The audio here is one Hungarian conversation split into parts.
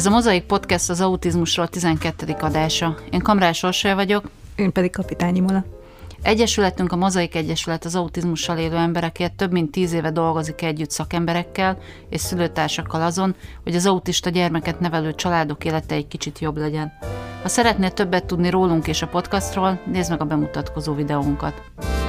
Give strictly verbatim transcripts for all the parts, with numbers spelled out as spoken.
Ez a Mozaik Podcast az autizmusról tizenkettedik adása. Én Kamrás Orsolya vagyok. Én pedig Kapitányi Mola. Egyesületünk, a Mozaik Egyesület az autizmussal élő emberekért több mint tíz éve dolgozik együtt szakemberekkel és szülőtársakkal azon, hogy az autista gyermeket nevelő családok élete egy kicsit jobb legyen. Ha szeretnél többet tudni rólunk és a podcastról, nézd meg a bemutatkozó videónkat.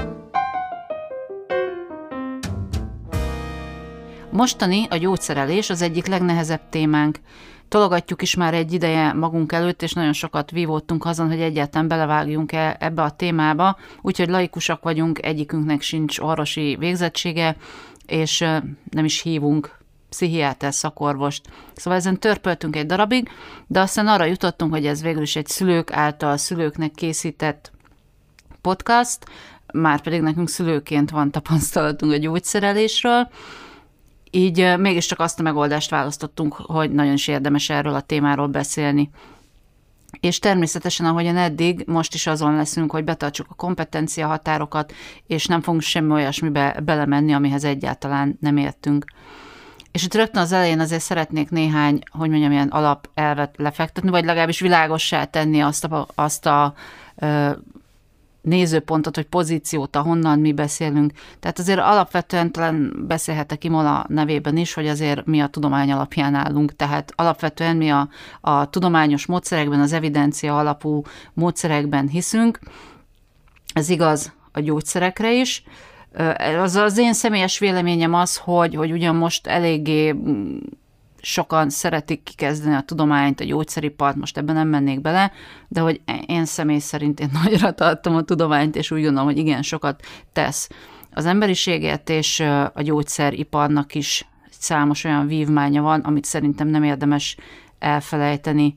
Mostani a gyógyszerelés az egyik legnehezebb témánk. Tologatjuk is már egy ideje magunk előtt, és nagyon sokat vívódtunk azon, hogy egyáltalán belevágjunk-e ebbe a témába, úgyhogy laikusak vagyunk, egyikünknek sincs orvosi végzettsége, és nem is hívunk pszichiáter szakorvost. Szóval ezen törpöltünk egy darabig, de aztán arra jutottunk, hogy ez végül is egy szülők által szülőknek készített podcast, már pedig nekünk szülőként van tapasztalatunk a gyógyszerelésről, így mégiscsak azt a megoldást választottunk, hogy nagyon is érdemes erről a témáról beszélni. És természetesen, ahogyan eddig, most is azon leszünk, hogy betartsuk a kompetencia határokat, és nem fogunk semmi olyasmibe belemenni, amihez egyáltalán nem értünk. És itt rögtön az elején azért szeretnék néhány, hogy mondjam, ilyen alapelvet lefektetni, vagy legalábbis világossá tenni azt a, azt a nézőpontot, vagy pozíciót, ahonnan mi beszélünk. Tehát azért alapvetően talán beszélhetek Imola nevében is, hogy azért mi a tudomány alapján állunk. Tehát alapvetően mi a, a tudományos módszerekben, az evidencia alapú módszerekben hiszünk. Ez igaz a gyógyszerekre is. Az, az én személyes véleményem az, hogy, hogy ugyan most eléggé sokan szeretik kikezdeni a tudományt, a gyógyszeripart, most ebben nem mennék bele, de hogy én személy szerint én nagyra tartom a tudományt, és úgy gondolom, hogy igen, sokat tesz az emberiségért, és a gyógyszeriparnak is számos olyan vívmánya van, amit szerintem nem érdemes elfelejteni.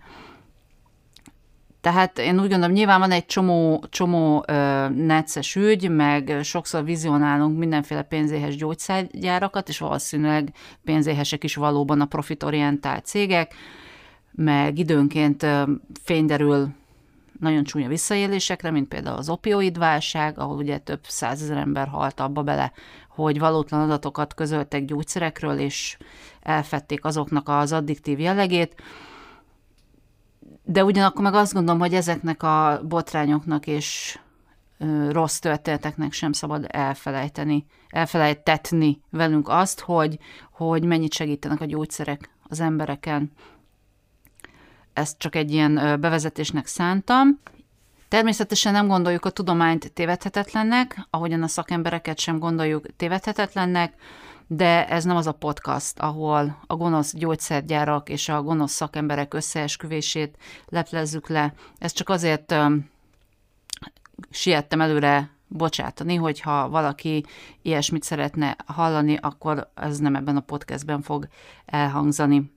Tehát én úgy gondolom, nyilván van egy csomó, csomó ö, necces ügy, meg sokszor vizionálunk mindenféle pénzéhes gyógyszergyárakat, és valószínűleg pénzéhesek is valóban a profitorientált cégek, meg időnként ö, fény derül nagyon csúnya visszaélésekre, mint például az opioidválság, ahol ugye több százezer ember halt abba bele, hogy valótlan adatokat közöltek gyógyszerekről, és elfedték azoknak az addiktív jellegét. De ugyanakkor meg azt gondolom, hogy ezeknek a botrányoknak és ö, rossz történeteknek sem szabad elfelejteni, elfelejtetni velünk azt, hogy, hogy mennyit segítenek a gyógyszerek az embereken. Ezt csak egy ilyen ö, bevezetésnek szántam. Természetesen nem gondoljuk a tudományt tévedhetetlennek, ahogyan a szakembereket sem gondoljuk tévedhetetlennek, de ez nem az a podcast, ahol a gonosz gyógyszergyárak és a gonosz szakemberek összeesküvését leplezzük le. Ez csak azért um, siettem előre bocsátani, hogyha valaki ilyesmit szeretne hallani, akkor ez nem ebben a podcastben fog elhangzani.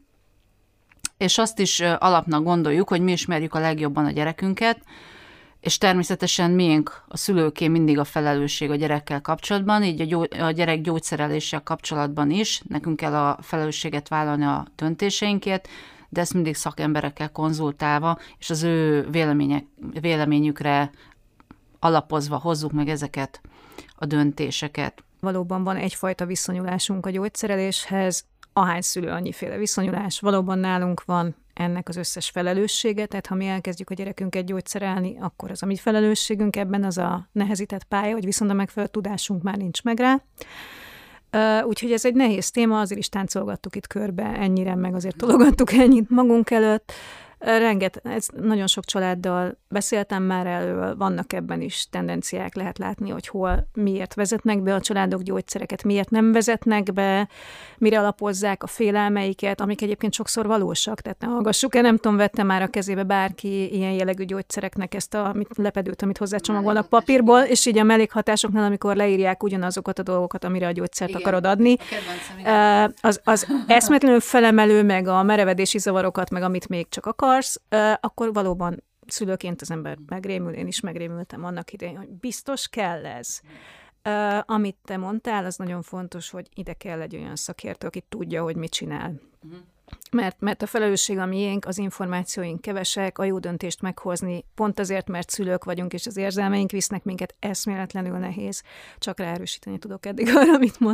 És azt is uh, alapnak gondoljuk, hogy mi ismerjük a legjobban a gyerekünket, és természetesen miénk a szülőké mindig a felelősség a gyerekkel kapcsolatban, így a, gyó- a gyerek gyógyszereléssel kapcsolatban is, nekünk kell a felelősséget vállalni a döntéseinkért, de ezt mindig szakemberekkel konzultálva, és az ő vélemények, véleményükre alapozva hozzuk meg ezeket a döntéseket. Valóban van egyfajta viszonyulásunk a gyógyszereléshez, ahány szülő, annyiféle viszonyulás. Valóban nálunk van ennek az összes felelőssége, tehát ha mi elkezdjük a gyerekünket gyógyszerelni, akkor az a mi felelősségünk, ebben az a nehezített pálya, hogy viszont a megfelelő tudásunk már nincs meg rá. Úgyhogy ez egy nehéz téma, azért is táncolgattuk itt körbe ennyire, meg azért tologattuk ennyit magunk előtt. Renget, ez nagyon sok családdal beszéltem már erről, vannak ebben is tendenciák, lehet látni, hogy hol, miért vezetnek be a családok gyógyszereket, miért nem vezetnek be, mire alapozzák a félelmeiket, amik egyébként sokszor valósak, tehát ne hallgassuk el, nem tudom, vette már a kezébe bárki ilyen jellegű gyógyszereknek ezt a lepedőt, amit hozzácsomagolnak papírból, és így a mellékhatásoknál, amikor leírják ugyanazokat a dolgokat, amire a gyógyszert igen, akarod adni. Az, az eszmetlenül felemelő, meg a merevedési zavarokat, meg amit még csak akar, akkor valóban szülőként az ember megrémül, én is megrémültem annak idején, hogy biztos kell ez. Uh, amit te mondtál, az nagyon fontos, hogy ide kell egy olyan szakértő, aki tudja, hogy mit csinál. Uh-huh. Mert, mert a felelősség a miénk, az információink kevesek, a jó döntést meghozni, pont azért, mert szülők vagyunk, és az érzelmeink visznek minket, eszméletlenül nehéz. Csak ráerősíteni tudok eddig arra, amit mond.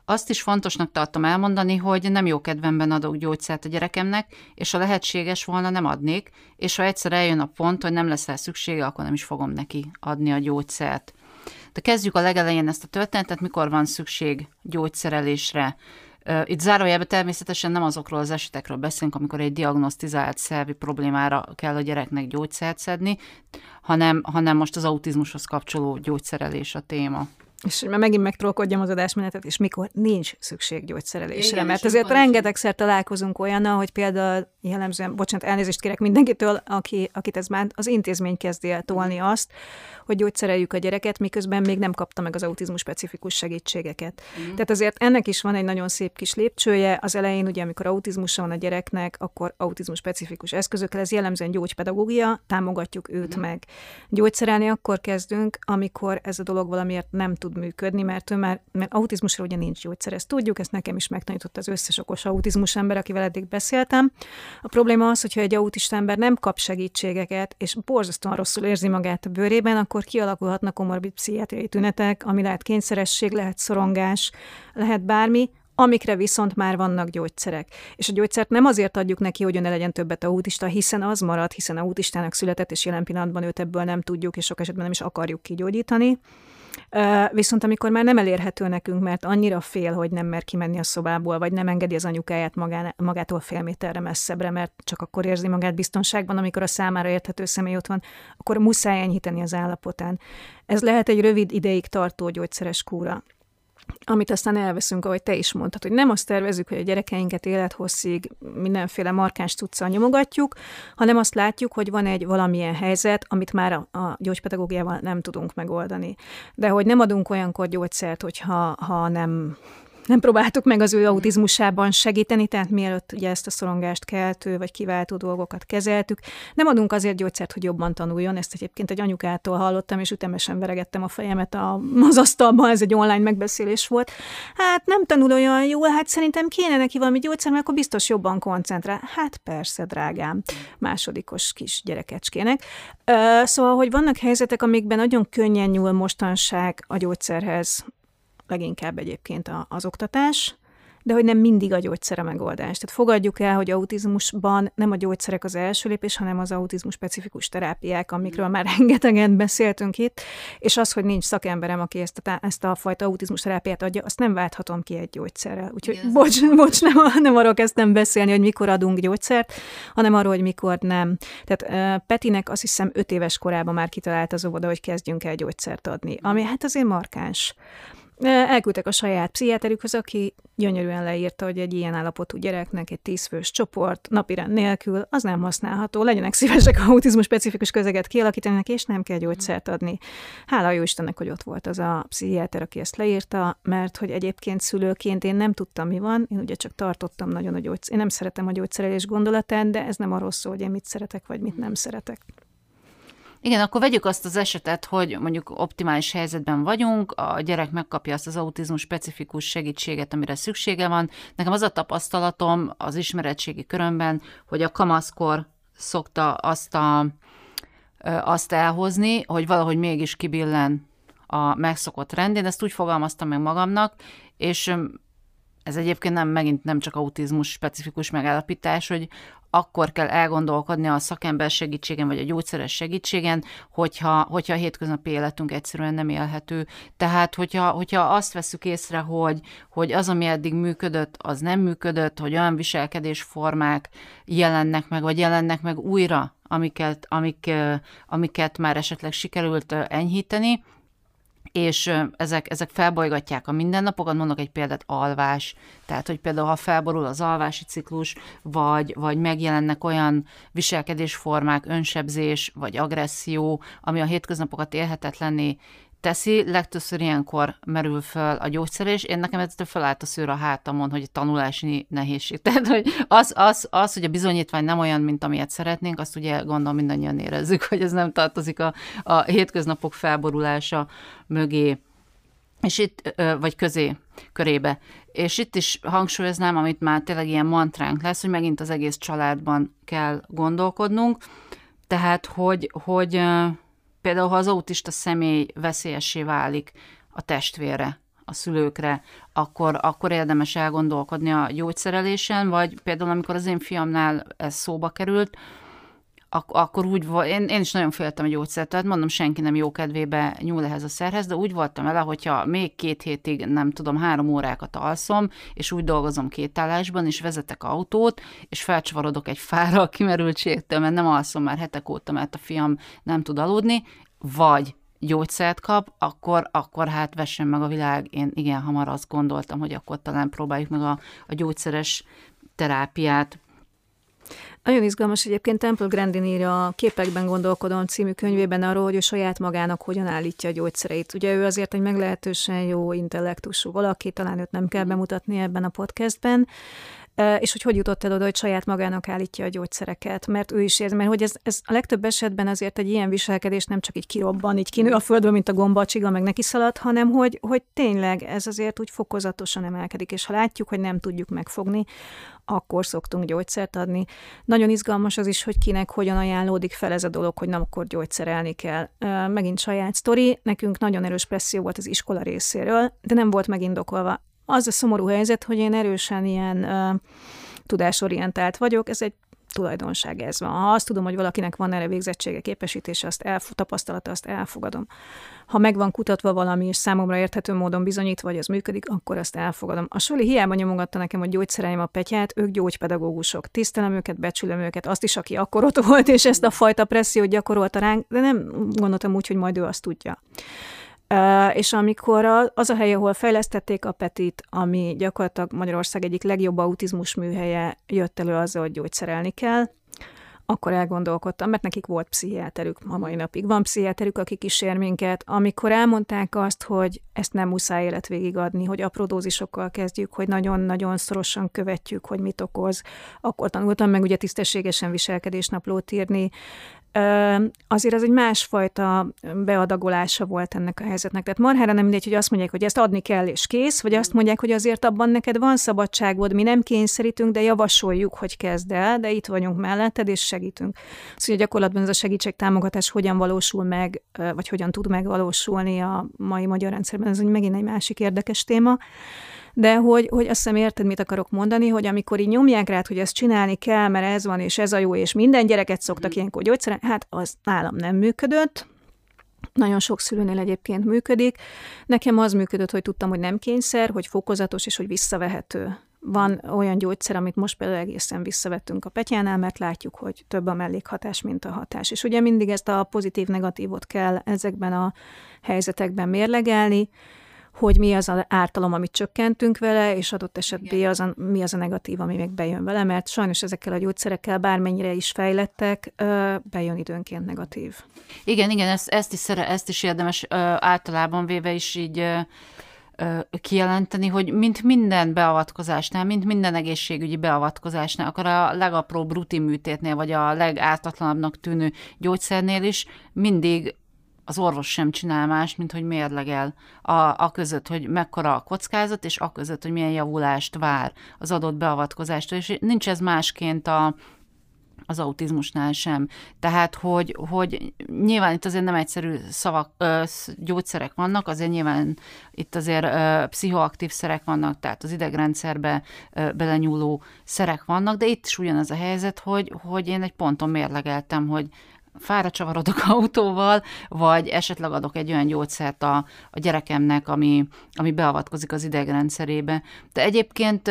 Azt is fontosnak tartom elmondani, hogy nem jó kedvemben adok gyógyszert a gyerekemnek, és ha lehetséges volna, nem adnék, és ha egyszer eljön a pont, hogy nem lesz rá szüksége, akkor nem is fogom neki adni a gyógyszert. De kezdjük a legelején ezt a történetet, mikor van szükség gyógyszerelésre. Itt zárójelben természetesen nem azokról az esetekről beszélünk, amikor egy diagnosztizált szervi problémára kell a gyereknek gyógyszert szedni, hanem, hanem most az autizmushoz kapcsoló gyógyszerelés a téma. És már megint megtrollkodjam az adásmenetet, és mikor nincs szükség gyógyszerelésre. Igen, mert azért rengetegszer találkozunk olyannal, hogy például jellemzően, bocsánat, elnézést kérek mindenkitől, aki, akit ez már az intézmény kezdi el tolni azt, hogy gyógyszereljük a gyereket, miközben még nem kapta meg az autizmus specifikus segítségeket. Mm. Tehát azért ennek is van egy nagyon szép kis lépcsője. Az elején ugye, amikor autizmusa van a gyereknek, akkor autizmus specifikus eszközökkel, ez jellemzően gyógypedagógia, támogatjuk őt mm. meg. Gyógyszerelni akkor kezdünk, amikor ez a dolog valamiért nem tud működni, mert ő már, mert autizmusra ugye nincs gyógyszer, ezt tudjuk, ezt nekem is megtanított az összes okos autizmus ember, akivel eddig beszéltem. A probléma az, hogyha egy autista ember nem kap segítségeket, és borzasztóan rosszul érzi magát a bőrében, akkor kialakulhatnak komorbid pszichiátriai tünetek, ami lehet kényszeresség, lehet szorongás, lehet bármi, amikre viszont már vannak gyógyszerek. És a gyógyszert nem azért adjuk neki, hogy ne legyen többet autista, hiszen az marad, hiszen autistának született, és jelen pillanatban őt ebből nem tudjuk, és sok esetben nem is akarjuk kigyógyítani. Viszont amikor már nem elérhető nekünk, mert annyira fél, hogy nem mer kimenni a szobából, vagy nem engedi az anyukáját magá, magától fél méterre messzebbre, mert csak akkor érzi magát biztonságban, amikor a számára érthető személy ott van, akkor muszáj enyhíteni az állapotán. Ez lehet egy rövid ideig tartó gyógyszeres kúra, amit aztán elveszünk, ahogy te is mondtad, hogy nem azt tervezzük, hogy a gyerekeinket élethosszig mindenféle markáns cuccal nyomogatjuk, hanem azt látjuk, hogy van egy valamilyen helyzet, amit már a, a gyógypedagógiával nem tudunk megoldani. De hogy nem adunk olyankor gyógyszert, hogyha ha nem... Nem próbáltuk meg az ő autizmusában segíteni, tehát mielőtt ugye ezt a szorongást keltő vagy kiváltó dolgokat kezeltük. Nem adunk azért gyógyszert, hogy jobban tanuljon, ezt egyébként egy anyukától hallottam, és ütemesen veregettem a fejemet az asztalban, ez egy online megbeszélés volt. Hát nem tanul olyan jól, hát szerintem kéne neki valami gyógyszer, mert akkor biztos jobban koncentrál. Hát persze, drágám, másodikos kis gyerekecskének. Szóval, hogy vannak helyzetek, amikben nagyon könnyen nyúl mostanság a gyógyszerhez, leginkább egyébként az oktatás, de hogy nem mindig a gyógyszer a megoldás. Tehát fogadjuk el, hogy autizmusban nem a gyógyszerek az első lépés, hanem az autizmus specifikus terápiák, amikről már rengetegen beszéltünk itt, és az, hogy nincs szakemberem, aki ezt a, ezt a fajta autizmus terápiát adja, azt nem válthatom ki egy gyógyszerrel. Úgyhogy yes. bocs, bocs nem, nem arról kezdtem beszélni, hogy mikor adunk gyógyszert, hanem arról, hogy mikor nem. Tehát uh, Petinek azt hiszem öt éves korában már kitalált az óvoda, hogy kezdjünk el gyógyszert adni, ami hát azért markáns. Elküldtek a saját pszichiáterükhöz, aki gyönyörűen leírta, hogy egy ilyen állapotú gyereknek egy tízfős csoport napirend nélkül az nem használható. Legyenek szívesek autizmus specifikus közeget kialakítani neki, és nem kell gyógyszert adni. Hála jó Istennek, hogy ott volt az a pszichiáter, aki ezt leírta, mert hogy egyébként szülőként én nem tudtam, mi van. Én ugye csak tartottam nagyon a gyógyszer. Én nem szeretem a gyógyszerelés gondolatát, de ez nem arról szól, hogy én mit szeretek, vagy mit nem szeretek. Igen, akkor vegyük azt az esetet, hogy mondjuk optimális helyzetben vagyunk, a gyerek megkapja azt az autizmus specifikus segítséget, amire szüksége van. Nekem az a tapasztalatom az ismeretségi körömben, hogy a kamaszkor szokta azt, a, azt elhozni, hogy valahogy mégis kibillen a megszokott rend. Én ezt úgy fogalmaztam meg magamnak, és ez egyébként nem, megint nem csak autizmus specifikus megállapítás, hogy akkor kell elgondolkodni a szakember segítségen, vagy a gyógyszeres segítségen, hogyha, hogyha a hétköznapi életünk egyszerűen nem élhető. Tehát, hogyha, hogyha azt veszük észre, hogy, hogy az, ami eddig működött, az nem működött, hogy olyan viselkedésformák jelennek meg, vagy jelennek meg újra, amiket, amik, amiket már esetleg sikerült enyhíteni, és ezek, ezek felbolygatják a mindennapokat. Mondok egy példát, alvás. Tehát, hogy például, ha felborul az alvási ciklus, vagy, vagy megjelennek olyan viselkedésformák, önsebzés, vagy agresszió, ami a hétköznapokat élhetetlenné teszi, legtöbbször ilyenkor merül föl a gyógyszerelés. Én nekem ettől felállt a szőr a hátamon, hogy a tanulási nehézség. Tehát, hogy az, az, az, hogy a bizonyítvány nem olyan, mint amilyet szeretnénk, azt ugye gondolom mindannyian érezzük, hogy ez nem tartozik a, a hétköznapok felborulása mögé, és itt, vagy közé, körébe. És itt is hangsúlyoznám, amit már tényleg ilyen mantránk lesz, hogy megint az egész családban kell gondolkodnunk. Tehát, hogy, hogy például, ha az autista személy veszélyessé válik a testvére, a szülőkre, akkor, akkor érdemes elgondolkodni a gyógyszerelésen, vagy például amikor az én fiamnál ez szóba került, ak- akkor úgy volt, én, én is nagyon féltem a gyógyszert, tehát mondom, senki nem jó kedvébe nyúl ehhez a szerhez, de úgy voltam vele, hogyha még két hétig, nem tudom, három órákat alszom, és úgy dolgozom kétállásban, és vezetek autót, és felcsavarodok egy fára a kimerültségtől, mert nem alszom már hetek óta, mert a fiam nem tud aludni, vagy gyógyszert kap, akkor, akkor hát vessen meg a világ. Én igen hamar azt gondoltam, hogy akkor talán próbáljuk meg a, a gyógyszeres terápiát. Nagyon izgalmas egyébként Temple Grandin írja a Képekben gondolkodom című könyvében arról, hogy ő saját magának hogyan állítja a gyógyszereit. Ugye ő azért egy meglehetősen jó intellektusú valaki, talán őt nem kell bemutatni ebben a podcastben, és hogy hogy jutott el oda, hogy saját magának állítja a gyógyszereket, mert ő is érzi, mert hogy ez, ez a legtöbb esetben azért egy ilyen viselkedés nem csak így kirobban, így kinő a földből, mint a gomba, a csiga, meg neki szalad, hanem hogy, hogy tényleg ez azért úgy fokozatosan emelkedik, és ha látjuk, hogy nem tudjuk megfogni, akkor szoktunk gyógyszert adni. Nagyon izgalmas az is, hogy kinek hogyan ajánlódik fel ez a dolog, hogy nem akkor gyógyszerelni kell. Megint saját sztori, nekünk nagyon erős presszió volt az iskola részéről, de nem volt megindokolva. Az a szomorú helyzet, hogy én erősen ilyen uh, tudásorientált vagyok, ez egy tulajdonság, ez van. Ha azt tudom, hogy valakinek van erre végzettsége, képesítése, azt elf- tapasztalata, azt elfogadom. Ha meg van kutatva valami, és számomra érthető módon bizonyítva, vagy az működik, akkor azt elfogadom. A Suli hiába nyomogatta nekem, hogy gyógyszereljem a Petyát, ők gyógypedagógusok. Tisztelem őket, becsülöm őket, azt is, aki akkor ott volt, és ezt a fajta pressziót gyakorolta ránk, de nem gondoltam úgy, hogy majd ő azt tudja. Uh, és amikor a, az a hely, ahol fejlesztették a Petit, ami gyakorlatilag Magyarország egyik legjobb autizmus műhelye, jött elő azzal, hogy gyógyszerelni kell, akkor elgondolkodtam, mert nekik volt pszichiáterük, a mai napig van pszichiáterük, aki kísér minket. Amikor elmondták azt, hogy ezt nem muszáj életvégig adni, hogy apró dózisokkal kezdjük, hogy nagyon-nagyon szorosan követjük, hogy mit okoz, akkor tanultam meg ugye tisztességesen viselkedésnaplót írni. Azért az egy másfajta beadagolása volt ennek a helyzetnek. Tehát marhára nem mindegy, hogy azt mondják, hogy ezt adni kell és kész, vagy azt mondják, hogy azért abban neked van szabadságod, mi nem kényszerítünk, de javasoljuk, hogy kezd el, de itt vagyunk melletted, és segítünk. Szóval gyakorlatban ez a segítségtámogatás hogyan valósul meg, vagy hogyan tud megvalósulni a mai magyar rendszerben, ez megint egy másik érdekes téma. De hogy, hogy azt hiszem érted, mit akarok mondani, hogy amikor így nyomják rád, hogy ezt csinálni kell, mert ez van, és ez a jó, és minden gyereket szoktak mm. ilyenkor gyógyszeren, hát az nálam nem működött. Nagyon sok szülőnél egyébként működik. Nekem az működött, hogy tudtam, hogy nem kényszer, hogy fokozatos, és hogy visszavehető. Van olyan gyógyszer, amit most például egészen visszavettünk a Petyánál, mert látjuk, hogy több a mellékhatás, mint a hatás. És ugye mindig ezt a pozitív-negatívot kell ezekben a helyzetekben mérlegelni, hogy mi az az ártalom, amit csökkentünk vele, és adott esetben az a, mi az a negatív, ami még bejön vele, mert sajnos ezekkel a gyógyszerekkel bármennyire is fejlettek, bejön időnként negatív. Igen, igen, ezt, ezt, is, szere, ezt is érdemes általában véve is így kijelenteni, hogy mint minden beavatkozásnál, mint minden egészségügyi beavatkozásnál, akkor a legapróbb rutin műtétnél, vagy a legártatlanabbnak tűnő gyógyszernél is mindig az orvos sem csinál más, mint hogy mérlegel a, a között, hogy mekkora a kockázat, és a között, hogy milyen javulást vár az adott beavatkozástól, és nincs ez másként a, az autizmusnál sem. Tehát, hogy, hogy nyilván itt azért nem egyszerű szavak, ö, gyógyszerek vannak, azért nyilván itt azért ö, pszichoaktív szerek vannak, tehát az idegrendszerbe ö, belenyúló szerek vannak, de itt is ugyanaz a helyzet, hogy, hogy én egy ponton mérlegeltem, hogy fára csavarodok autóval, vagy esetleg adok egy olyan gyógyszert a, a gyerekemnek, ami, ami beavatkozik az idegrendszerébe. De egyébként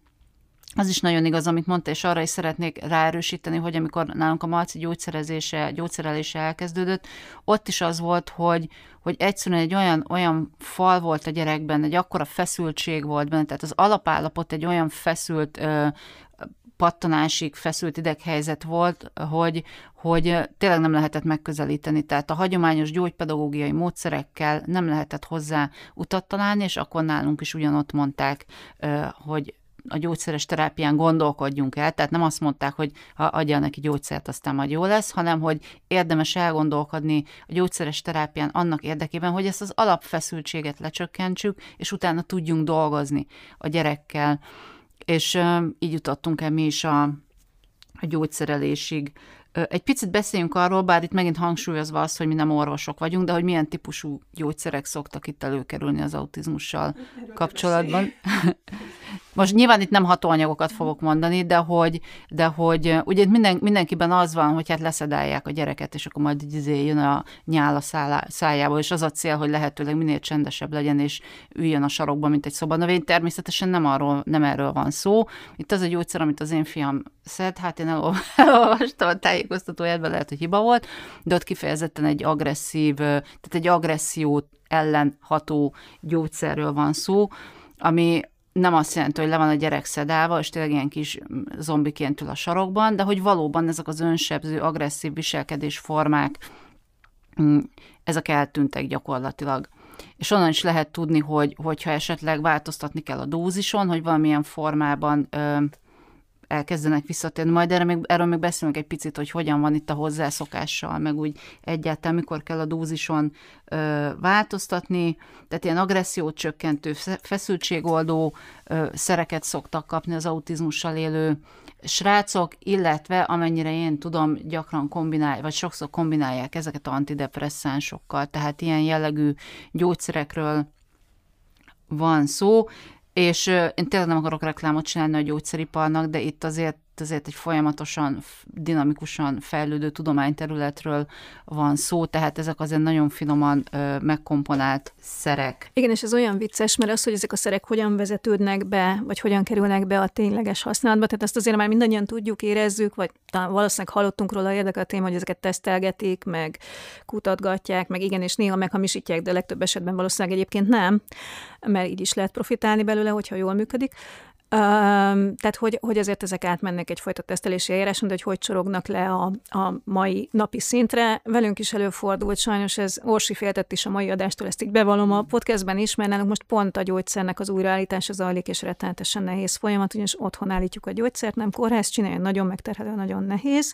az is nagyon igaz, amit mondta, és arra is szeretnék ráerősíteni, hogy amikor nálunk a Malci gyógyszerezése, gyógyszerelése elkezdődött, ott is az volt, hogy, hogy egyszerűen egy olyan, olyan fal volt a gyerekben, egy akkora feszültség volt benne, tehát az alapállapot egy olyan feszült ö, pattanásig feszült ideghelyzet volt, hogy, hogy tényleg nem lehetett megközelíteni. Tehát a hagyományos gyógypedagógiai módszerekkel nem lehetett hozzá utat találni, és akkor nálunk is ugyanott mondták, hogy a gyógyszeres terápián gondolkodjunk el, tehát nem azt mondták, hogy ha adja neki gyógyszert, aztán majd jó lesz, hanem hogy érdemes elgondolkodni a gyógyszeres terápián annak érdekében, hogy ezt az alapfeszültséget lecsökkentsük, és utána tudjunk dolgozni a gyerekkel. És uh, így jutottunk el mi is a, a gyógyszerelésig. Egy picit beszéljünk arról, bár itt megint hangsúlyozva az, hogy mi nem orvosok vagyunk, de hogy milyen típusú gyógyszerek szoktak itt előkerülni az autizmussal Erről kapcsolatban. Most nyilván itt nem hatóanyagokat fogok mondani, de hogy, de hogy ugye minden, mindenkiben az van, hogy hát leszedálják a gyereket, és akkor majd izé jön a nyál a szállá, szájából, és az a cél, hogy lehetőleg minél csendesebb legyen, és üljön a sarokba, mint egy szobanövény. Természetesen nem, arról, nem erről van szó. Itt az a gyógyszer, amit az én fiam szed, hát én elolvastam a tájékoztatójában, lehet, hogy hiba volt, de ott kifejezetten egy agresszív, tehát egy agresszió ellen ható gyógyszerről van szó, ami nem azt jelenti, hogy le van a gyerek szedálva, és tényleg ilyen kis zombiként ül a sarokban, de hogy valóban ezek az önsebző, agresszív viselkedésformák, ezek eltűntek gyakorlatilag. És onnan is lehet tudni, hogy, hogyha esetleg változtatni kell a dózison, hogy valamilyen formában ö, elkezdenek visszatérni. Majd erről még, erről még beszélünk egy picit, hogy hogyan van itt a hozzászokással, meg úgy egyáltalán mikor kell a dózison ö, változtatni. Tehát ilyen agressziót csökkentő, feszültségoldó ö, szereket szoktak kapni az autizmussal élő srácok, illetve amennyire én tudom, gyakran kombinálják, vagy sokszor kombinálják ezeket antidepresszánsokkal, tehát ilyen jellegű gyógyszerekről van szó, és én tényleg nem akarok reklámot csinálni a gyógyszeriparnak, de itt azért, azért egy folyamatosan, dinamikusan fejlődő tudományterületről van szó, tehát ezek azért nagyon finoman ö, megkomponált szerek. Igen, és ez olyan vicces, mert az, hogy ezek a szerek hogyan vezetődnek be, vagy hogyan kerülnek be a tényleges használatba, tehát ezt azért már mindannyian tudjuk, érezzük, vagy valószínűleg hallottunk róla, érdekel a téma, hogy ezeket tesztelgetik, meg kutatgatják, meg igen, és néha meghamisítják, de legtöbb esetben valószínűleg egyébként nem, mert így is lehet profitálni belőle, hogyha jól működik. Um, tehát, hogy, hogy azért ezek átmennek egyfajta tesztelési eljáráson, de hogy hogy csorognak le a, a mai napi szintre. Velünk is előfordult, sajnos ez Orsi féltett is a mai adástól, ezt így bevallom a podcastben is, mert nálunk most pont a gyógyszernek az újraállítása zajlik, és rettenetesen nehéz folyamat, ugyanis otthon állítjuk a gyógyszert, nem kórház csinálja, nagyon megterhelő, nagyon nehéz.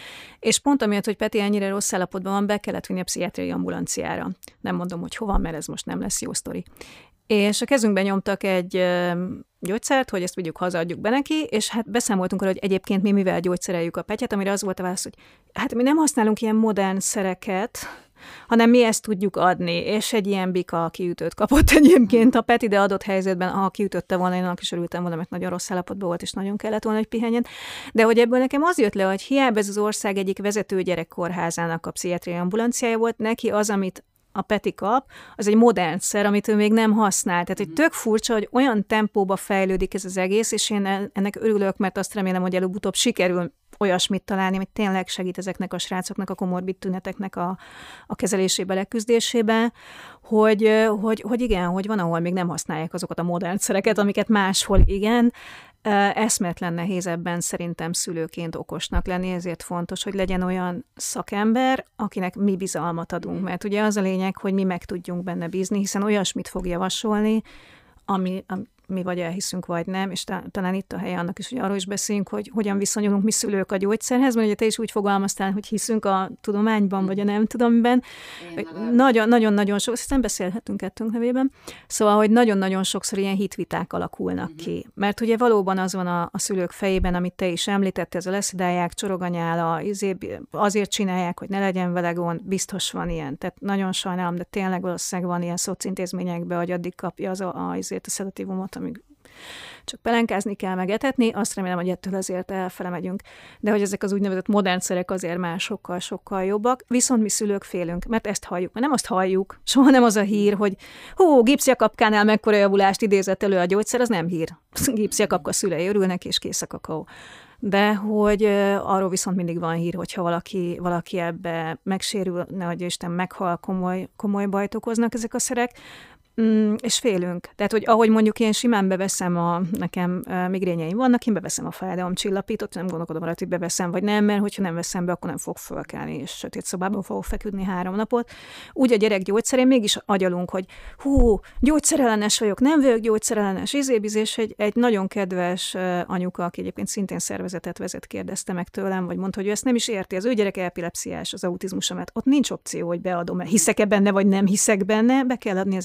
És pont amiatt, hogy Peti ennyire rossz állapotban van, be kellett vinni a pszichiátriai ambulanciára. Nem mondom, hogy hova, mert ez most nem lesz jó sztori. És a kezünkben nyomtak egy gyógyszert, hogy ezt vigyük haza, adjuk be neki, és hát beszámoltunk arra, hogy egyébként mi mivel gyógyszereljük a Petyet, amire az volt a válasz, hogy hát mi nem használunk ilyen modern szereket, hanem mi ezt tudjuk adni, és egy ilyen bika kiütőt kapott egyébként a Peti, de adott helyzetben, ha kiütötte volna, én annak is örültem volna, mert nagyon rossz állapotban volt, és nagyon kellett volna, hogy pihenjen. De hogy ebből nekem az jött le, hogy hiába ez az ország egyik vezető gyerekkórházának a pszichiátriai ambulanciája volt, neki az, amit a Peti kap, az egy modern szer, amit ő még nem használ. Tehát, hogy tök furcsa, hogy olyan tempóba fejlődik ez az egész, és én ennek örülök, mert azt remélem, hogy előbb-utóbb sikerül olyasmit találni, hogy tényleg segít ezeknek a srácoknak, a komorbid tüneteknek a, a kezelésébe, leküzdésébe, hogy, hogy, hogy igen, hogy van, ahol még nem használják azokat a modern szereket, amiket máshol igen. Eszméletlen nehéz ebben szerintem szülőként okosnak lenni, ezért fontos, hogy legyen olyan szakember, akinek mi bizalmat adunk, mert ugye az a lényeg, hogy mi meg tudjunk benne bízni, hiszen olyasmit fog javasolni, ami, ami mi vagy elhiszünk, vagy nem, és talán itt a helye annak is, hogy arról is beszéljünk, hogy hogyan viszonyulunk mi szülők a gyógyszerhez, mert ugye te is úgy fogalmaztál, hogy hiszünk a tudományban, vagy a nem tudományban. Nagyon-nagyon sok, ezt nem beszélhetünk kettőnk nevében, szóval, hogy nagyon-nagyon sokszor ilyen hitviták alakulnak uh-huh. ki. Mert ugye valóban az van a, a szülők fejében, amit te is említettél, ez a leszedálják, csoroganyála, azért csinálják, hogy ne legyen vele gond, biztos van ilyen. Tehát nagyon sajnálom, de tényleg valószínűleg van ilyen szocintézményekben, hogy addig kapja az a, azért a szedatívumot, amíg csak pelenkázni kell megetetni, azt remélem, hogy ettől azért elfele megyünk. De hogy ezek az úgynevezett modern szerek azért már sokkal-sokkal jobbak, viszont mi szülők félünk, mert ezt halljuk. Mert nem azt halljuk, soha nem az a hír, hogy hú, gipszjakapkánál mekkora javulást idézett elő a gyógyszer, az nem hír. Gipszjakapka szülei örülnek, és kész a kakaó. De hogy uh, arról viszont mindig van hír, hogyha valaki, valaki ebbe megsérül, nehogy Isten meghal, komoly, komoly bajt okoznak ezek a szerek, Mm, és félünk. Tehát, hogy ahogy mondjuk én simán beveszem a, nekem uh, migrényeim vannak, én beveszem a fájdalomcsillapítót, nem gondolkodom rá, hogy beveszem, vagy nem, mert hogyha nem veszem be, akkor nem fog fölkelni, és sötét szobában fogok feküdni három napot. Úgy a gyerek gyógyszerén mégis agyalunk, hogy hú, gyógyszerellenes vagyok, nem vagyok gyógyszerellenes, izébizés, egy, egy nagyon kedves uh, anyuka, aki egyébként szintén szervezetet vezet, kérdezte meg tőlem, vagy mondta, hogy ő ezt nem is érti, az ő gyereke epilepsziás, az autizmusa, mert ott nincs opció, hogy beadom, hiszek-e benne, vagy nem hiszek benne, be kell adni az epilepsziát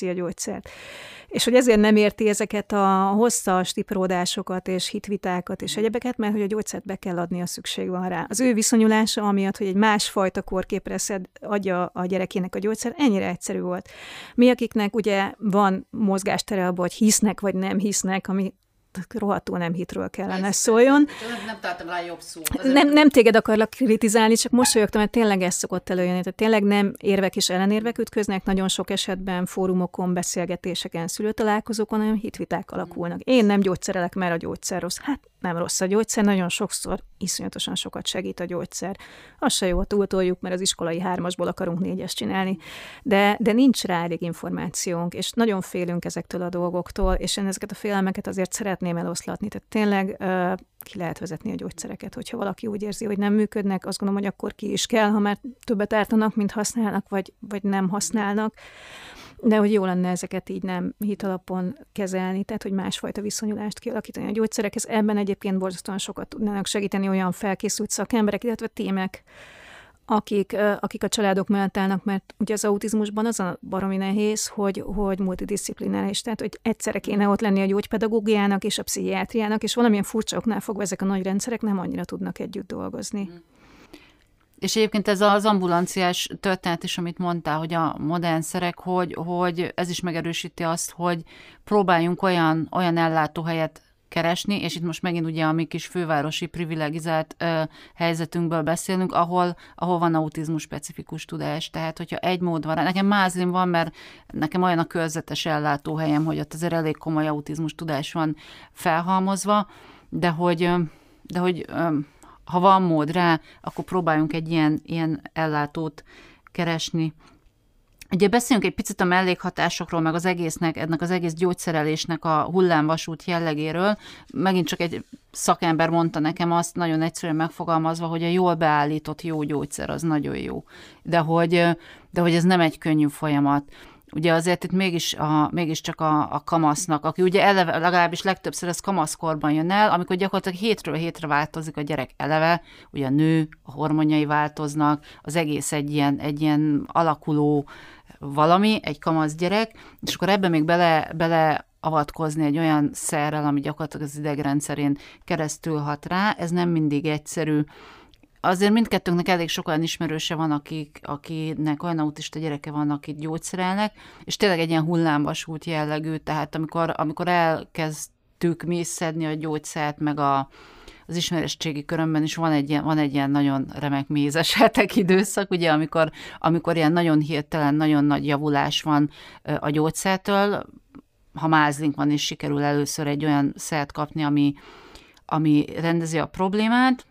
veszi a gyógyszert. És hogy ezért nem érti ezeket a hosszas tipródásokat és hitvitákat és egyebeket, mert hogy a gyógyszert be kell adni, a szükség van rá. Az ő viszonyulása, amiatt, hogy egy másfajta kórképre szed, adja a gyerekének a gyógyszer, ennyire egyszerű volt. Mi, akiknek ugye van mozgástere abban, hogy hisznek vagy nem hisznek, ami rohadtul nem hitről kellene ez, szóljon. Nem találtam rá jobb szó. Nem, nem téged akarlak kritizálni, csak mosolyogtam, mert tényleg ez szokott előjönni. Tehát tényleg nem érvek és ellenérvek ütköznek, nagyon sok esetben fórumokon, beszélgetéseken, szülőtalálkozókon, hanem hitviták alakulnak. Én nem gyógyszerelek, mert a gyógyszer rossz. Hát nem rossz a gyógyszer, nagyon sokszor iszonyatosan sokat segít a gyógyszer. Az se jó, ha túltoljuk, mert az iskolai hármasból akarunk négyest csinálni. De, de nincs rá elég információnk, és nagyon félünk ezektől a dolgoktól, és én ezeket a félelmeket azért szeretném eloszlatni. Tehát tényleg uh, ki lehet vezetni a gyógyszereket, hogyha valaki úgy érzi, hogy nem működnek, azt gondolom, hogy akkor ki is kell, ha már többet ártanak, mint használnak, vagy, vagy nem használnak. De hogy jó lenne ezeket így nem hitalapon kezelni, tehát hogy másfajta viszonyulást kialakítani a gyógyszerekhez. Ebben egyébként borzasztóan sokat tudnának segíteni olyan felkészült szakemberek, illetve tímek, akik, akik a családok mellett állnak, mert ugye az autizmusban az a baromi nehéz, hogy, hogy multidisziplinális, tehát hogy egyszerre kéne ott lenni a gyógypedagógiának és a pszichiátriának, és valamilyen furcsa oknál fogva ezek a nagy rendszerek nem annyira tudnak együtt dolgozni. Mm. És egyébként ez az ambulanciás történet is, amit mondtál, hogy a modern szerek, hogy, hogy ez is megerősíti azt, hogy próbáljunk olyan, olyan ellátóhelyet keresni, és itt most megint ugye a mi kis fővárosi privilegizált ö, helyzetünkből beszélünk, ahol, ahol van autizmus specifikus tudás. Tehát, hogyha egy mód van rá, nekem Mázlin van, mert nekem olyan a körzetes ellátóhelyem, hogy ott azért elég komoly autizmus tudás van felhalmozva, de hogy, de hogy ö, ha van mód rá, akkor próbáljunk egy ilyen, ilyen ellátót keresni. Ugye beszéljünk egy picit a mellékhatásokról, meg az egésznek, ennek az egész gyógyszerelésnek a hullámvasút jellegéről. Megint csak egy szakember mondta nekem azt, nagyon egyszerűen megfogalmazva, hogy a jól beállított jó gyógyszer az nagyon jó. De hogy, de hogy ez nem egy könnyű folyamat. Ugye azért itt mégis, a, mégiscsak a, a kamasznak, aki ugye eleve, legalábbis legtöbbször ez kamaszkorban jön el, amikor gyakorlatilag hétről hétre változik a gyerek eleve, ugye a nő, a hormonjai változnak, az egész egy ilyen, egy ilyen alakuló valami, egy kamasz gyerek, és akkor ebbe még bele, bele avatkozni egy olyan szerrel, ami gyakorlatilag az idegrendszerén keresztül hat rá, ez nem mindig egyszerű. Azért mindkettőnknek elég sok olyan ismerőse van, akik, akinek olyan autista gyereke van, akit gyógyszerelnek, és tényleg egy ilyen hullámvasút jellegű, tehát amikor, amikor elkezdtük mi szedni a gyógyszert, meg a, az ismeretségi körömben is van egy, ilyen, van egy ilyen nagyon remek mézes hetek időszak, ugye, amikor, amikor ilyen nagyon hirtelen, nagyon nagy javulás van a gyógyszertől, ha mázlink van, és sikerül először egy olyan szert kapni, ami, ami rendezi a problémát,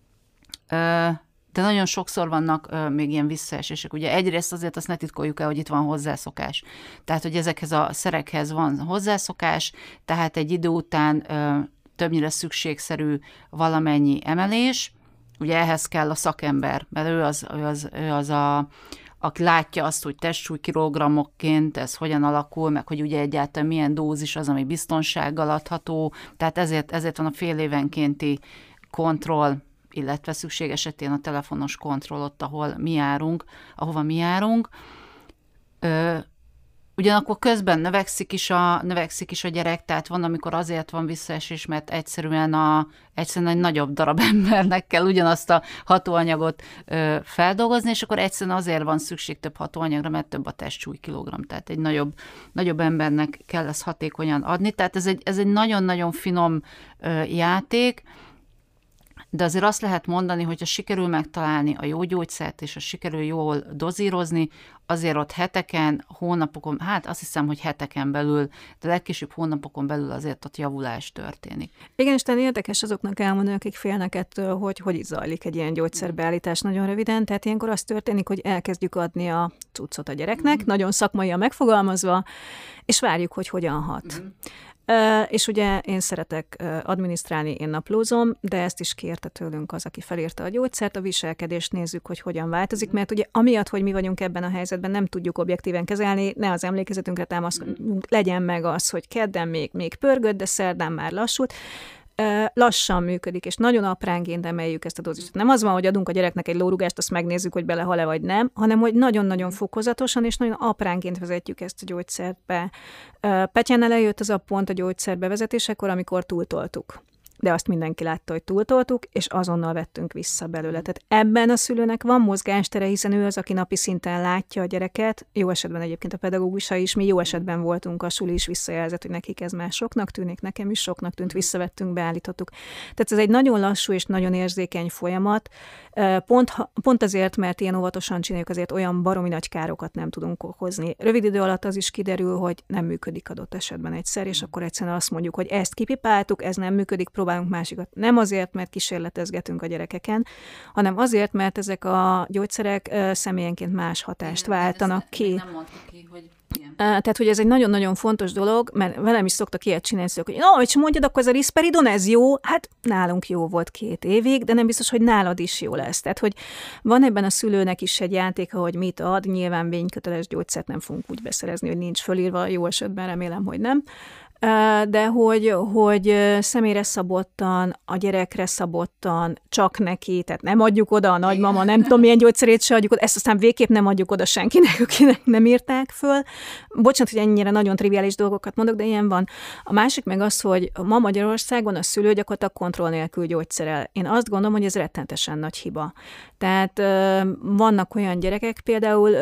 de nagyon sokszor vannak még ilyen visszaesések. Ugye egyrészt azért azt ne titkoljuk el, hogy itt van hozzászokás. Tehát, hogy ezekhez a szerekhez van hozzászokás, tehát egy idő után többnyire szükségszerű valamennyi emelés. Ugye ehhez kell a szakember, mert ő az, ő az, ő az a, aki látja azt, hogy testsúly kilogramokként ez hogyan alakul, meg hogy ugye egyáltalán milyen dózis az, ami biztonsággal adható. Tehát ezért, ezért van a fél évenkénti kontroll, illetve szükség esetén a telefonos kontroll ott, ahol mi járunk, ahova mi járunk. Ö, ugyanakkor közben növekszik is, a, növekszik is a gyerek, tehát van, amikor azért van visszaesés, mert egyszerűen, a, egyszerűen egy nagyobb darab embernek kell ugyanazt a hatóanyagot ö, feldolgozni, és akkor egyszerűen azért van szükség több hatóanyagra, mert több a testsúly kilogramm, tehát egy nagyobb, nagyobb embernek kell ezt hatékonyan adni. Tehát ez egy, ez egy nagyon-nagyon finom ö, játék, de azért azt lehet mondani, hogy ha sikerül megtalálni a jó gyógyszert, és ha sikerül jól dozírozni, azért ott heteken, hónapokon, hát azt hiszem, hogy heteken belül, de legkésőbb hónapokon belül azért ott javulás történik. Igen, és talán érdekes azoknak elmondani, akik félnek ettől, hogy hogy is zajlik egy ilyen gyógyszerbeállítás nagyon röviden. Tehát ilyenkor az történik, hogy elkezdjük adni a cuccot a gyereknek, mm-hmm. nagyon szakmaian megfogalmazva, és várjuk, hogy hogyan hat. Mm-hmm. Uh, és ugye én szeretek uh, adminisztrálni, én naplózom, de ezt is kérte tőlünk az, aki felírta a gyógyszert, a viselkedést nézzük, hogy hogyan változik, mert ugye amiatt, hogy mi vagyunk ebben a helyzetben, nem tudjuk objektíven kezelni, ne az emlékezetünkre támaszkodjunk, legyen meg az, hogy kedden még, még pörgött, de szerdán már lassult. lassan működik, és nagyon apránként emeljük ezt a dózist. Nem az van, hogy adunk a gyereknek egy lórugást, azt megnézzük, hogy belehal-e vagy nem, hanem hogy nagyon-nagyon fokozatosan és nagyon apránként vezetjük ezt a gyógyszert be. Petyán eljött az a pont a gyógyszer bevezetésekor, amikor túltoltuk. De azt mindenki látta, hogy túltoltuk, és azonnal vettünk vissza belőle. Tehát ebben a szülőnek van mozgástere, hiszen ő az, aki napi szinten látja a gyereket, jó esetben egyébként a pedagógusa is, mi jó esetben voltunk, a suli is visszajelzett, hogy nekik ez már soknak tűnik, nekem is soknak tűnt, visszavettünk, beállítottuk. Tehát ez egy nagyon lassú és nagyon érzékeny folyamat, pont, pont azért, mert ilyen óvatosan csináljuk, azért olyan baromi nagy károkat nem tudunk okozni. Rövid idő alatt az is kiderül, hogy nem működik adott esetben egyszer, és akkor egyszerűen azt mondjuk, hogy ezt kipipáltuk, ez nem működik, próbálunk másikat. Nem azért, mert kísérletezgetünk a gyerekeken, hanem azért, mert ezek a gyógyszerek személyenként más hatást igen, váltanak ki. Nem mondtuk ki, hogy igen. Tehát, hogy ez egy nagyon-nagyon fontos dolog, mert velem is szoktak ilyet csinálni, hogy no, hogy mondjad, akkor ez a risperidon, ez jó? Hát nálunk jó volt két évig, de nem biztos, hogy nálad is jó lesz. Tehát, hogy van ebben a szülőnek is egy játéka, hogy mit ad, nyilván vényköteles gyógyszert nem fogunk úgy beszerezni, hogy nincs fölírva, jó esetben remélem, hogy nem. De hogy, hogy személyre szabottan, a gyerekre szabottan, csak neki, tehát nem adjuk oda a nagymama, nem tudom milyen gyógyszerét se adjuk oda, ezt aztán végképp nem adjuk oda senkinek, akinek nem írták föl. Bocsánat, hogy ennyire nagyon triviális dolgokat mondok, de ilyen van. A másik meg az, hogy ma Magyarországon a szülő gyakorlatilag kontroll nélkül gyógyszerel. Én azt gondolom, hogy ez rettentesen nagy hiba. Tehát vannak olyan gyerekek, például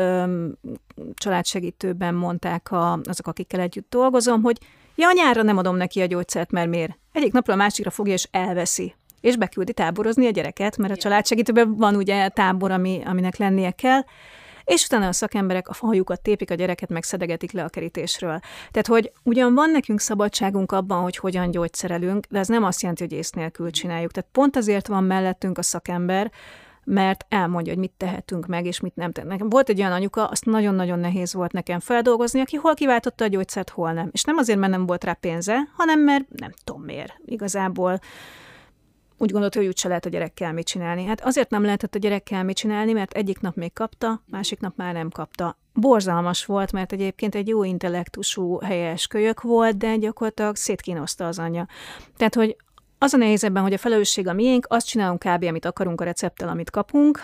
családsegítőben mondták a, azok, akikkel együtt dolgozom, hogy ja, nyárra nem adom neki a gyógyszert, mert miért? Egyik napról a másikra fogja és elveszi. És beküldi táborozni a gyereket, mert a családsegítőben van ugye tábor, ami, aminek lennie kell, és utána a szakemberek a hajukat tépik a gyereket, meg szedegetik le a kerítésről. Tehát, hogy ugyan van nekünk szabadságunk abban, hogy hogyan gyógyszerelünk, de ez nem azt jelenti, hogy ész nélkül csináljuk. Tehát pont azért van mellettünk a szakember, mert elmondja, hogy mit tehetünk meg, és mit nem tehetünk. Nekem volt egy olyan anyuka, azt nagyon-nagyon nehéz volt nekem feldolgozni, aki hol kiváltotta a gyógyszert, hol nem. És nem azért, mert nem volt rá pénze, hanem mert nem tudom miért. Igazából úgy gondolt, hogy úgyse lehet a gyerekkel mit csinálni. Hát azért nem lehetett a gyerekkel mit csinálni, mert egyik nap még kapta, másik nap már nem kapta. Borzalmas volt, mert egyébként egy jó intellektusú, helyes kölyök volt, de gyakorlatilag szétkínozta az anyja. Tehát, hogy az a nehéz ebben, hogy a felelősség a miénk, azt csinálunk kb. Amit akarunk a recepttel, amit kapunk,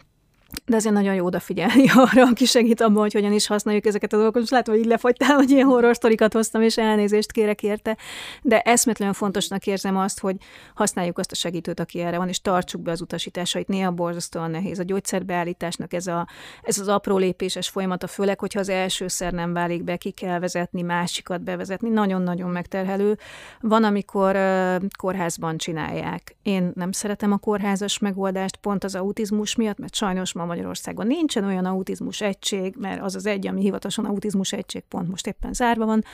de azért nagyon jó odafigyelni arra, aki segít abban, hogy hogyan is használjuk ezeket a dolgokat. Most látom, hogy így lefagytál, hogy ilyen horror sztorikat hoztam, és elnézést kérek érte, de eszméletlenül fontosnak érzem azt, hogy használjuk azt a segítőt, aki erre van, és tartsuk be az utasításait. Néha borzasztóan nehéz. A gyógyszerbeállításnak ez, a, ez az apró lépéses folyamata, főleg, hogyha az elsőszer nem válik be, ki kell vezetni, másikat bevezetni, nagyon-nagyon megterhelő. Van, amikor uh, kórházban csinálják. Én nem szeretem a kórházas megoldást, pont az autizmus miatt, mert sajnos ma Magyarországon nincsen olyan autizmus egység, mert az az egy, ami hivatalosan autizmus egység, pont most éppen zárva van,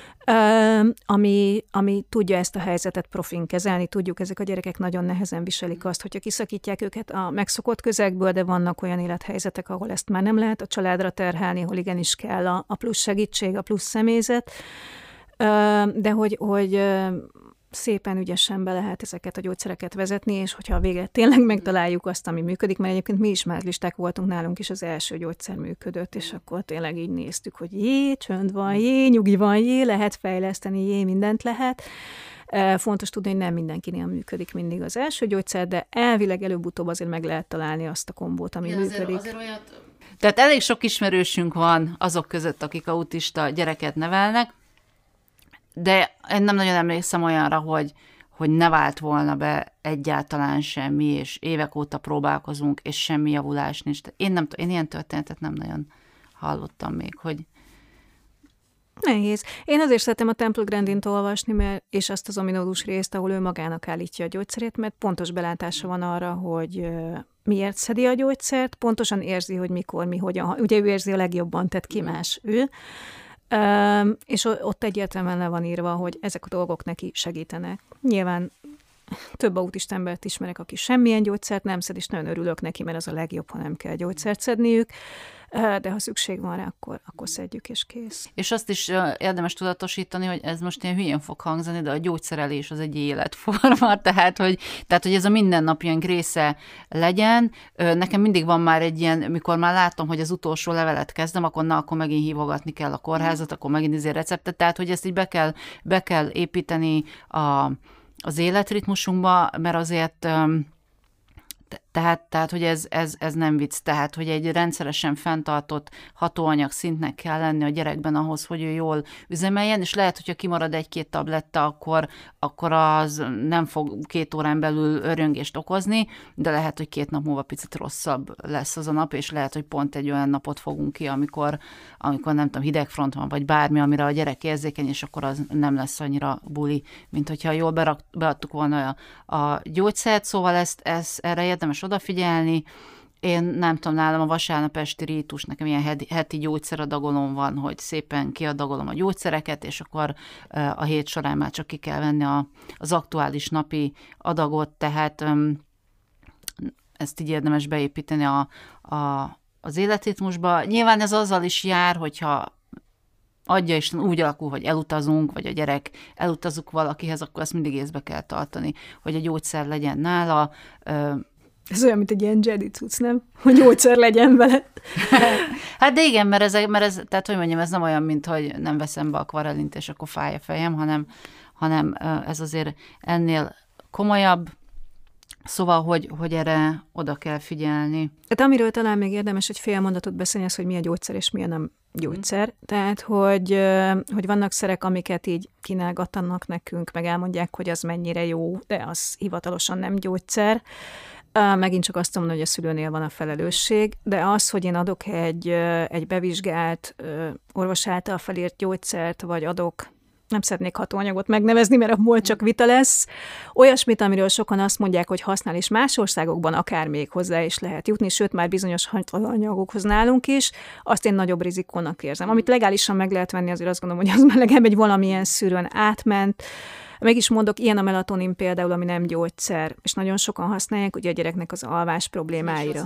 ami, ami tudja ezt a helyzetet profin kezelni, tudjuk, ezek a gyerekek nagyon nehezen viselik azt, hogyha kiszakítják őket a megszokott közegből, de vannak olyan élethelyzetek, ahol ezt már nem lehet a családra terhelni, ahol igenis kell a, a plusz segítség, a plusz személyzet, de hogy, hogy szépen ügyesen be lehet ezeket a gyógyszereket vezetni, és hogyha a végre tényleg megtaláljuk azt, ami működik, mert egyébként mi is már listák voltunk, nálunk is az első gyógyszer működött, és akkor tényleg így néztük, hogy jé, csönd van, jé, nyugi van, jé, lehet fejleszteni, jé, mindent lehet. Fontos tudni, hogy nem mindenkinél működik mindig az első gyógyszer, de elvileg előbb-utóbb azért meg lehet találni azt a kombót, ami igen, működik. Azért, azért olyat... Tehát elég sok ismerősünk van azok között, akik autista gyereket nevelnek, de én nem nagyon emlékszem olyanra, hogy, hogy ne vált volna be egyáltalán semmi, és évek óta próbálkozunk, és semmi javulás nincs. Én, nem, én ilyen történetet nem nagyon hallottam még, hogy... Nehéz. Én azért szeretem a Temple Grandint olvasni, mert, és azt az ominózus részt, ahol ő magának állítja a gyógyszerét, mert pontos belátása van arra, hogy miért szedi a gyógyszert, pontosan érzi, hogy mikor, mi, hogyan. Ugye ő érzi a legjobban, tehát ki más ő. Um, és ott egyértelműen le van írva, hogy ezek a dolgok neki segítenek. Nyilván több autista embert ismerek, aki semmilyen gyógyszert nem szed, és nagyon örülök neki, mert az a legjobb, ha nem kell gyógyszert szedniük, de ha szükség van rá, akkor, akkor szedjük, és kész. És azt is érdemes tudatosítani, hogy ez most ilyen hülyén fog hangzani, de a gyógyszerelés az egy életforma, tehát hogy, tehát, hogy ez a mindennapjaink része legyen. Nekem mindig van már egy ilyen, mikor már látom, hogy az utolsó levelet kezdem, akkor na, akkor megint hívogatni kell a kórházat, akkor megint izé receptet, tehát hogy ezt így be kell, be kell építeni a az életritmusunkba, mert azért Tehát, tehát, hogy ez, ez, ez nem vicc, tehát, hogy egy rendszeresen fenntartott hatóanyag szintnek kell lenni a gyerekben ahhoz, hogy ő jól üzemeljen, és lehet, hogyha kimarad egy-két tabletta, akkor, akkor az nem fog két órán belül öröngést okozni, de lehet, hogy két nap múlva picit rosszabb lesz az a nap, és lehet, hogy pont egy olyan napot fogunk ki, amikor, amikor nem tudom, hidegfront van, vagy bármi, amire a gyerek érzékeny, és akkor az nem lesz annyira buli, mint hogyha jól berak, beadtuk volna a, a gyógyszert, szóval ezt, ezt erre érdemes odafigyelni. Én nem tudom, nálam a vasárnap esti rítus, nekem ilyen heti, heti gyógyszeradagolom van, hogy szépen kiadagolom a gyógyszereket, és akkor a hét során már csak ki kell venni a, az aktuális napi adagot, tehát ezt így érdemes beépíteni a, a, az életritmusba. Nyilván ez azzal is jár, hogyha adja Isten úgy alakul, hogy elutazunk, vagy a gyerek elutazunk valakihez, akkor ezt mindig észbe kell tartani, hogy a gyógyszer legyen nála. Ez olyan, mint egy ilyen Jedi cucc, nem? Hogy gyógyszer legyen vele. Hát de igen, mert ez, mert ez, tehát hogy mondjam, ez nem olyan, mint hogy nem veszem be akvarellint, és akkor fáj a fejem, hanem, hanem ez azért ennél komolyabb. Szóval, hogy, hogy erre oda kell figyelni. Hát amiről talán még érdemes egy fél mondatot beszélni, az, hogy mi a gyógyszer és mi a nem gyógyszer. Mm. Tehát, hogy, hogy vannak szerek, amiket így kínálgatnak nekünk, meg elmondják, hogy az mennyire jó, de az hivatalosan nem gyógyszer. Megint csak azt mondom, hogy a szülőnél van a felelősség, de az, hogy én adok egy, egy bevizsgált, orvos által felírt gyógyszert, vagy adok, nem szeretnék hatóanyagot megnevezni, mert abból csak vita lesz. Olyasmit, amiről sokan azt mondják, hogy használ, és más országokban akár még hozzá is lehet jutni, sőt, már bizonyos hatóanyagokhoz nálunk is, azt én nagyobb rizikónak érzem. Amit legálisan meg lehet venni, azért azt gondolom, hogy az már legalább egy valamilyen szűrőn átment. Meg is mondok, ilyen a melatonin például, ami nem gyógyszer, és nagyon sokan használják ugye a gyereknek az alvás problémáira.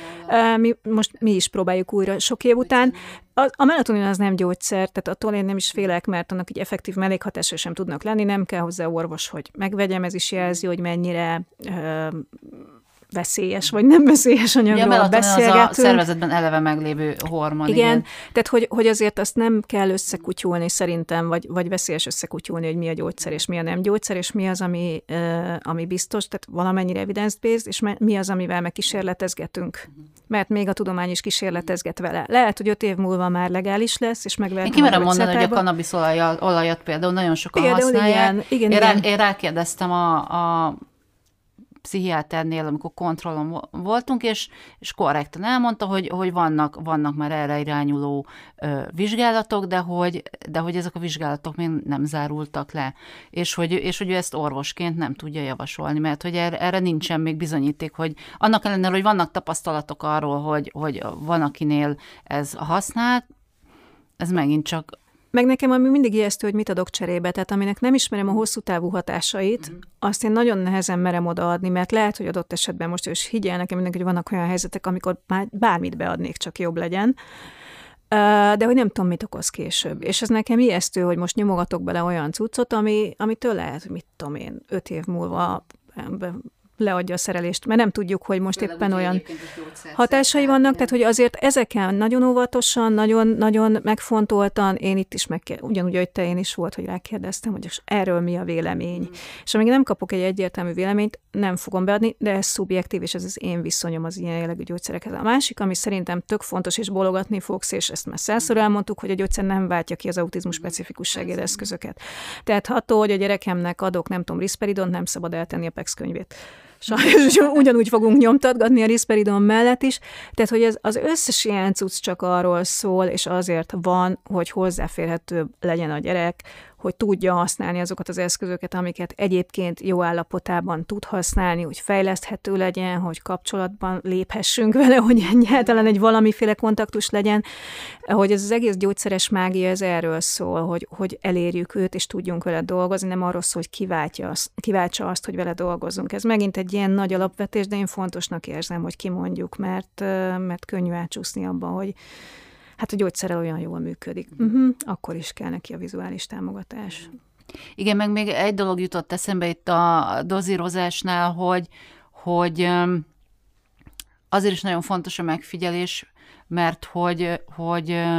Mi, most mi is próbáljuk újra sok év után. A, a melatonin az nem gyógyszer, tehát attól én nem is félek, mert annak egy effektív mellékhatásra sem tudnak lenni, nem kell hozzá orvos, hogy megvegyem, ez is jelzi, hogy mennyire ö, veszélyes, vagy nem veszélyes anyagról ja, beszélgetünk. Az a szervezetben eleve meglévő hormon. Igen, igen. Tehát hogy, hogy azért azt nem kell összekutyulni szerintem, vagy, vagy veszélyes összekutyulni, hogy mi a gyógyszer, és mi a nem gyógyszer, és mi az, ami, uh, ami biztos, tehát valamennyire evidence-based, és mi az, amivel meg kísérletezgetünk. Mert még a tudomány is kísérletezget vele. Lehet, hogy öt év múlva már legális lesz, és megvehető. Én kimerem mondani, hogy a kannabisz olajat például nagyon sokan például használják. Igen, igen, én, igen. Rá, én rákérdeztem a, a pszichiáternél, amikor kontrollon voltunk, és, és korrektan elmondta, hogy, hogy vannak, vannak már erre irányuló ö, vizsgálatok, de hogy, de hogy ezek a vizsgálatok még nem zárultak le, és hogy, és hogy ő ezt orvosként nem tudja javasolni, mert hogy erre, erre nincsen még bizonyíték, hogy annak ellenére, hogy vannak tapasztalatok arról, hogy, hogy van, akinél ez használt, ez megint csak meg nekem ami mindig ijesztő, hogy mit adok cserébe, tehát aminek nem ismerem a hosszú távú hatásait, mm. azt én nagyon nehezen merem odaadni, mert lehet, hogy adott esetben most is higgyel nekem mindenki, hogy vannak olyan helyzetek, amikor már bármit beadnék, csak jobb legyen, de hogy nem tudom, mit okoz később. És ez nekem ijesztő, hogy most nyomogatok bele olyan cuccot, ami, amitől lehet, mit tudom én, öt év múlva leadja a szerelést, mert nem tudjuk, hogy most Tőle éppen olyan hatásai vannak, tehát hogy azért ezeken nagyon óvatosan, nagyon, nagyon megfontoltan, én itt is megkérdeztem, ugyanúgy, hogy te én is volt, hogy rákérdeztem, hogy erről mi a vélemény. Mm. És amíg nem kapok egy egyértelmű véleményt, nem fogom beadni, de ez szubjektív, és ez az én viszonyom az ilyen jellegű gyógyszerekhez. A másik, ami szerintem tök fontos, és bologatni fogsz, és ezt már százszor elmondtuk, hogy a gyógyszer nem váltja ki az autizmus specifikusságú eszközöket. Tehát attól, hogy a gyerekemnek adok, nem tudom, risperidont, nem szabad eltenni a PEX könyvét. Sajnos ugyanúgy fogunk nyomtatgatni a risperidon mellett is, tehát hogy ez, az összes ilyen cucc csak arról szól, és azért van, hogy hozzáférhető legyen a gyerek, hogy tudja használni azokat az eszközöket, amiket egyébként jó állapotában tud használni, hogy fejleszthető legyen, hogy kapcsolatban léphessünk vele, hogy egyáltalán egy valamiféle kontaktus legyen, hogy ez az egész gyógyszeres mágia, ez erről szól, hogy, hogy elérjük őt, és tudjunk vele dolgozni, nem arról szól, hogy kiváltja azt, kiváltsa azt, hogy vele dolgozzunk. Ez megint egy ilyen nagy alapvetés, de én fontosnak érzem, hogy kimondjuk, mert, mert könnyű átcsúszni abban, hogy hát a gyógyszerrel olyan jól működik. Uh-huh. Akkor is kell neki a vizuális támogatás. Igen, meg még egy dolog jutott eszembe itt a dozírozásnál, hogy, hogy azért is nagyon fontos a megfigyelés, mert hogy, hogy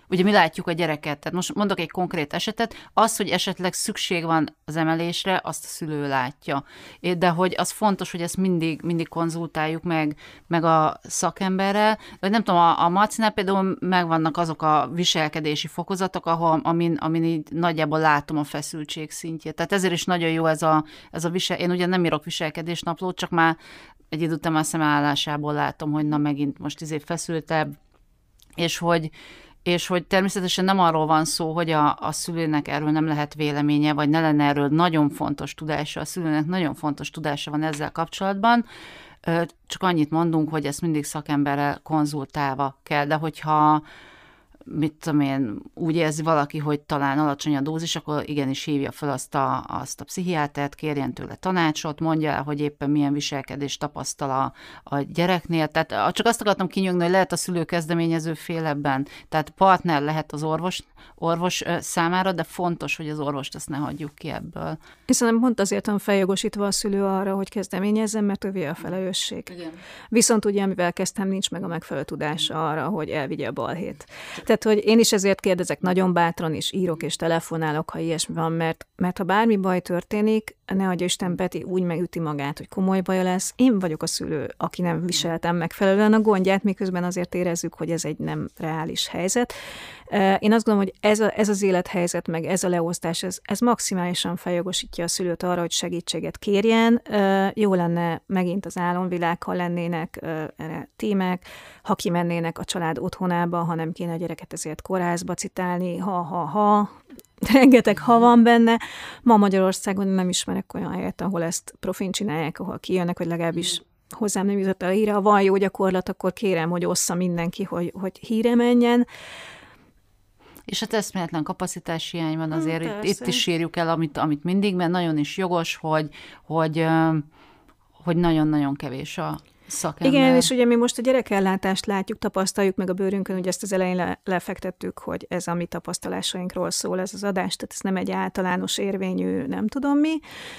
ugye mi látjuk a gyereket, tehát most mondok egy konkrét esetet, az, hogy esetleg szükség van az emelésre, azt a szülő látja. De hogy az fontos, hogy ezt mindig, mindig konzultáljuk meg, meg a szakemberrel, vagy nem tudom, a, a Marcinál például megvannak azok a viselkedési fokozatok, ahol, amin, amin így nagyjából látom a feszültség szintjét. Tehát ezért is nagyon jó ez a, ez a visel, én ugye nem írok viselkedésnaplót, csak már egy idő után a szemállásából látom, hogy na megint most izé feszültebb, és hogy, és hogy természetesen nem arról van szó, hogy a, a szülőnek erről nem lehet véleménye, vagy ne lenne erről nagyon fontos tudása, a szülőnek nagyon fontos tudása van ezzel kapcsolatban, csak annyit mondunk, hogy ezt mindig szakemberrel konzultálva kell, de hogyha mit tudom én, úgy érzi valaki, hogy talán alacsony a dózis, akkor igenis hívja fel azt a, azt a pszichiátert, kérjen tőle tanácsot, mondja el, hogy éppen milyen viselkedést tapasztal a, a gyereknél. Tehát csak azt akartam kinyögni, hogy lehet a szülő kezdeményező fél ebben. Tehát partner lehet az orvos, orvos számára, de fontos, hogy az orvost azt ne hagyjuk ki ebből. Hiszen pont azért van feljogosítva a szülő arra, hogy kezdeményezzen, mert ővé a felelősség. Igen. Viszont ugye, amivel kezdtem, nincs meg a megfelelő tudása arra, hogy elvigye a balhét. Tehát, hogy én is ezért kérdezek nagyon bátran, és írok és telefonálok, ha ilyesmi van, mert, mert ha bármi baj történik, ne adja Isten, Peti úgy megüti magát, hogy komoly baja lesz. Én vagyok a szülő, aki nem viseltem megfelelően a gondját, miközben azért érezzük, hogy ez egy nem reális helyzet. Én azt gondolom, hogy ez, a, ez az élethelyzet, meg ez a leosztás, ez, ez maximálisan feljogosítja a szülőt arra, hogy segítséget kérjen. Jó lenne megint az álomvilág, ha lennének erre témák, ha kimennének a család otthonába, ha nem kéne a gyereket ezért kórházba citálni, ha-ha-ha, rengeteg ha van benne. Ma Magyarországon nem ismerek olyan helyet, ahol ezt profin csinálják, ahol kijönnek, hogy legalábbis hozzám nem jutott el a híre. Ha van jó gyakorlat, akkor kérem, hogy ossza mindenki, hogy, hogy híre menjen. És hát eszméletlen kapacitás hiány van azért, itt, itt is sírjuk el, amit, amit mindig, mert nagyon is jogos, hogy, hogy, hogy nagyon-nagyon kevés a szakember. Igen, és ugye mi most a gyerekellátást látjuk, tapasztaljuk meg a bőrünkön, hogy ezt az elején le, lefektettük, hogy ez a mi tapasztalásainkról szól ez az adás, tehát ez nem egy általános érvényű, nem tudom mi.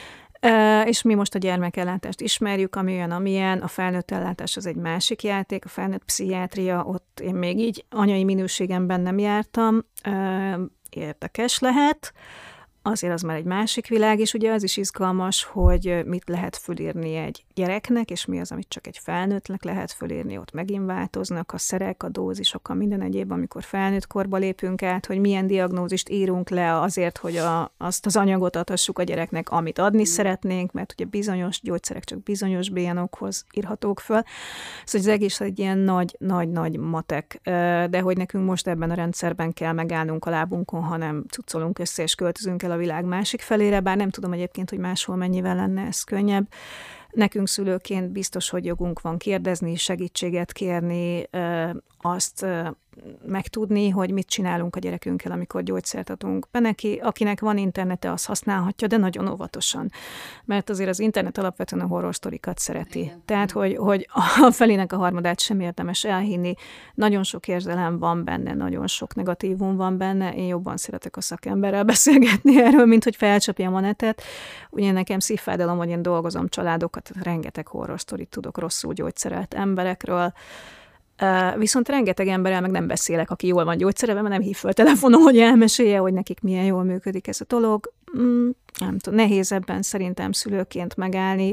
Uh, és mi most a gyermekellátást ismerjük, ami olyan, amilyen, a felnőtt ellátás az egy másik játék, a felnőtt pszichiátria, ott én még így anyai minőségemben nem jártam, uh, érdekes lehet, azért az már egy másik világ, és ugye az is izgalmas, hogy mit lehet fölírni egy gyereknek, és mi az, amit csak egy felnőttnek lehet fölírni, ott megint változnak a szerek, a dózisok, a minden egyéb, amikor felnőtt korba lépünk át, hogy milyen diagnózist írunk le azért, hogy a, azt az anyagot adhassuk a gyereknek, amit adni mm. szeretnénk, mert ugye bizonyos gyógyszerek csak bizonyos bé en okhoz írhatók föl. Szóval az egész egy ilyen nagy-nagy-nagy matek, de hogy nekünk most ebben a rendszerben kell megállnunk a lábunkon, hanem cuccolunk össze és költözünk el a világ másik felére, bár nem tudom egyébként, hogy máshol mennyivel lenne ez könnyebb. Nekünk szülőként biztos, hogy jogunk van kérdezni, segítséget kérni, azt megtudni, hogy mit csinálunk a gyerekünkkel, amikor gyógyszert adunk be neki. Akinek van internete, az használhatja, de nagyon óvatosan. Mert azért az internet alapvetően a horror sztorikat szereti. Igen. Tehát, hogy, hogy a felének a harmadát sem érdemes elhinni. Nagyon sok érzelem van benne, nagyon sok negatívum van benne. Én jobban szeretek a szakemberrel beszélgetni erről, mint hogy felcsapjam a netet. Ugye nekem szívfájdalom, hogy én dolgozom családokat, rengeteg horror sztorit tudok rosszul gyógyszerelt emberekről. Uh, viszont rengeteg emberrel meg nem beszélek, aki jól van gyógyszerelve, mert nem hív föl telefonon, hogy elmesélje, hogy nekik milyen jól működik ez a dolog. Mm, nem tudom, nehéz ebben szerintem szülőként megállni,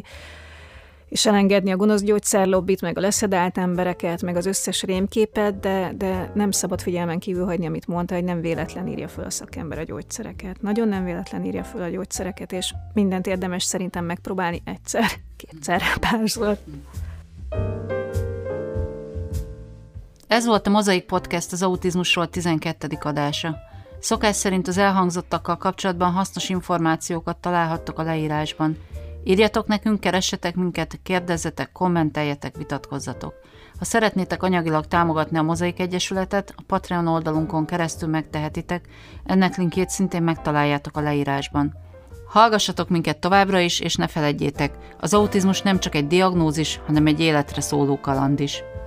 és elengedni a gonosz gyógyszerlobbit, meg a leszedált embereket, meg az összes rémképet, de, de nem szabad figyelmen kívül hagyni, amit mondta, hogy nem véletlen írja föl a szakember a gyógyszereket. Nagyon nem véletlen írja föl a gyógyszereket, és mindent érdemes szerintem megpróbálni egyszer, kétszer, párszor. Ez volt a Mozaik Podcast az autizmusról tizenkettedik adása. Szokás szerint az elhangzottakkal kapcsolatban hasznos információkat találhattok a leírásban. Írjatok nekünk, keressetek minket, kérdezzetek, kommenteljetek, vitatkozzatok. Ha szeretnétek anyagilag támogatni a Mozaik Egyesületet, a Patreon oldalunkon keresztül megtehetitek, ennek linkjét szintén megtaláljátok a leírásban. Hallgassatok minket továbbra is, és ne feledjétek, az autizmus nem csak egy diagnózis, hanem egy életre szóló kaland is.